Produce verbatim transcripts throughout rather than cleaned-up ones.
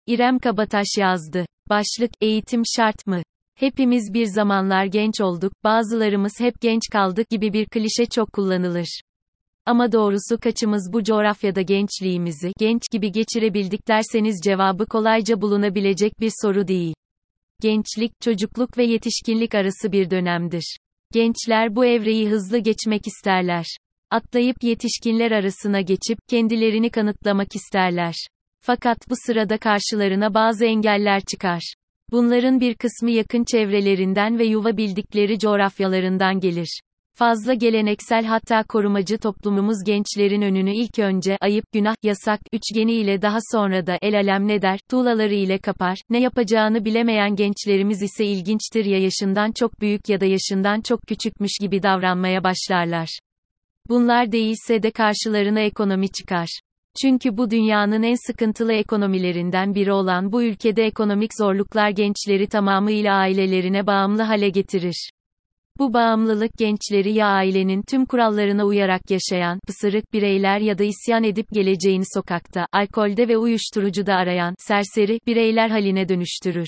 İrem Kabataş yazdı. Başlık, eğitim şart mı? Hepimiz bir zamanlar genç olduk, bazılarımız hep genç kaldık gibi bir klişe çok kullanılır. Ama doğrusu kaçımız bu coğrafyada gençliğimizi, genç gibi geçirebildik derseniz cevabı kolayca bulunabilecek bir soru değil. Gençlik, çocukluk ve yetişkinlik arası bir dönemdir. Gençler bu evreyi hızlı geçmek isterler. Atlayıp yetişkinler arasına geçip, kendilerini kanıtlamak isterler. Fakat bu sırada karşılarına bazı engeller çıkar. Bunların bir kısmı yakın çevrelerinden ve yuva bildikleri coğrafyalarından gelir. Fazla geleneksel hatta korumacı toplumumuz gençlerin önünü ilk önce ayıp, günah, yasak, üçgeni ile daha sonra da el alem ne der, tuğlaları ile kapar. Ne yapacağını bilemeyen gençlerimiz ise ilginçtir ya yaşından çok büyük ya da yaşından çok küçükmüş gibi davranmaya başlarlar. Bunlar değilse de karşılarına ekonomi çıkar. Çünkü bu dünyanın en sıkıntılı ekonomilerinden biri olan bu ülkede ekonomik zorluklar gençleri tamamıyla ailelerine bağımlı hale getirir. Bu bağımlılık gençleri ya ailenin tüm kurallarına uyarak yaşayan, pısırık bireyler ya da isyan edip geleceğini sokakta, alkolde ve uyuşturucuda arayan, serseri, bireyler haline dönüştürür.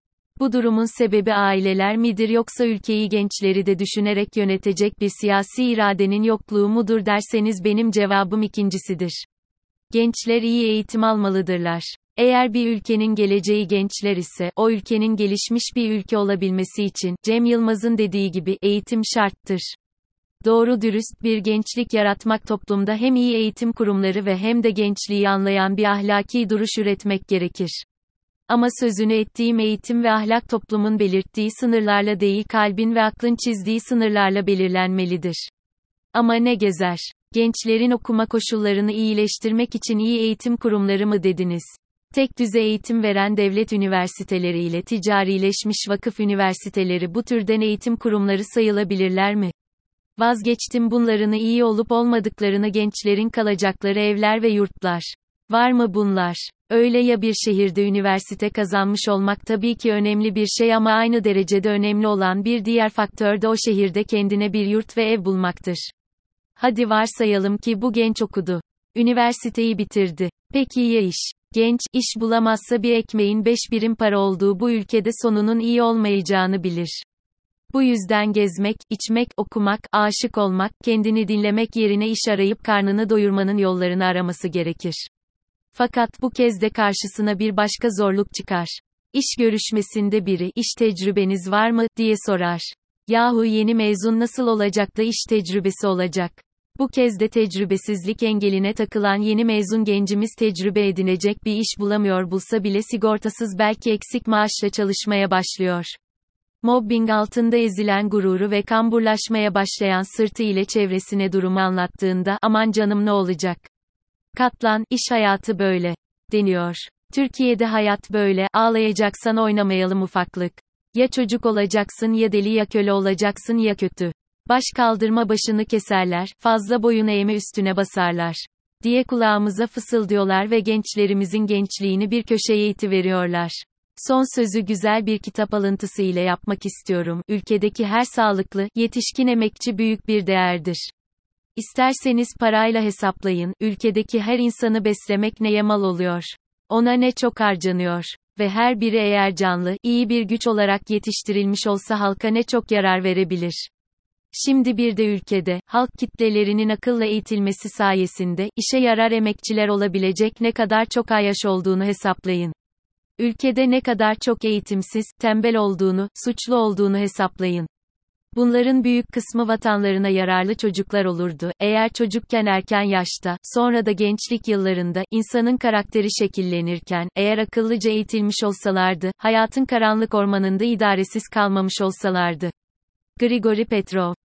Bu durumun sebebi aileler midir yoksa ülkeyi gençleri de düşünerek yönetecek bir siyasi iradenin yokluğu mudur derseniz benim cevabım ikincisidir. Gençler iyi eğitim almalıdırlar. Eğer bir ülkenin geleceği gençler ise, o ülkenin gelişmiş bir ülke olabilmesi için, Cem Yılmaz'ın dediği gibi, eğitim şarttır. Doğru dürüst bir gençlik yaratmak toplumda hem iyi eğitim kurumları ve hem de gençliği anlayan bir ahlaki duruş üretmek gerekir. Ama sözünü ettiğim eğitim ve ahlak toplumun belirttiği sınırlarla değil kalbin ve aklın çizdiği sınırlarla belirlenmelidir. Ama ne gezer? Gençlerin okuma koşullarını iyileştirmek için iyi eğitim kurumları mı dediniz? Tek düze eğitim veren devlet üniversiteleri ile ticarileşmiş vakıf üniversiteleri bu türden eğitim kurumları sayılabilirler mi? Vazgeçtim bunlarını iyi olup olmadıklarını gençlerin kalacakları evler ve yurtlar. Var mı bunlar? Öyle ya bir şehirde üniversite kazanmış olmak tabii ki önemli bir şey ama aynı derecede önemli olan bir diğer faktör de o şehirde kendine bir yurt ve ev bulmaktır. Hadi varsayalım ki bu genç okudu. Üniversiteyi bitirdi. Peki ya iş? Genç, iş bulamazsa bir ekmeğin beş birim para olduğu bu ülkede sonunun iyi olmayacağını bilir. Bu yüzden gezmek, içmek, okumak, aşık olmak, kendini dinlemek yerine iş arayıp karnını doyurmanın yollarını araması gerekir. Fakat bu kez de karşısına bir başka zorluk çıkar. İş görüşmesinde biri, iş tecrübeniz var mı, diye sorar. Yahu yeni mezun nasıl olacak da iş tecrübesi olacak? Bu kez de tecrübesizlik engeline takılan yeni mezun gencimiz tecrübe edinecek bir iş bulamıyor bulsa bile sigortasız belki eksik maaşla çalışmaya başlıyor. Mobbing altında ezilen gururu ve kamburlaşmaya başlayan sırtı ile çevresine durumu anlattığında, aman canım ne olacak? Katlan, iş hayatı böyle, deniyor. Türkiye'de hayat böyle, ağlayacaksan oynamayalım ufaklık. Ya çocuk olacaksın ya deli ya köle olacaksın ya kötü. Baş kaldırma başını keserler, fazla boyun eğme üstüne basarlar, diye kulağımıza fısıldıyorlar ve gençlerimizin gençliğini bir köşeye itiveriyorlar. Son sözü güzel bir kitap alıntısı ile yapmak istiyorum. Ülkedeki her sağlıklı, yetişkin emekçi büyük bir değerdir. İsterseniz parayla hesaplayın, ülkedeki her insanı beslemek neye mal oluyor? Ona ne çok harcanıyor? Ve her biri eğer canlı, iyi bir güç olarak yetiştirilmiş olsa halka ne çok yarar verebilir? Şimdi bir de ülkede, halk kitlelerinin akılla eğitilmesi sayesinde, işe yarar emekçiler olabilecek ne kadar çok ayyaş olduğunu hesaplayın. Ülkede ne kadar çok eğitimsiz, tembel olduğunu, suçlu olduğunu hesaplayın. Bunların büyük kısmı vatanlarına yararlı çocuklar olurdu, eğer çocukken erken yaşta, sonra da gençlik yıllarında, insanın karakteri şekillenirken, eğer akıllıca eğitilmiş olsalardı, hayatın karanlık ormanında idaresiz kalmamış olsalardı. Grigori Petrov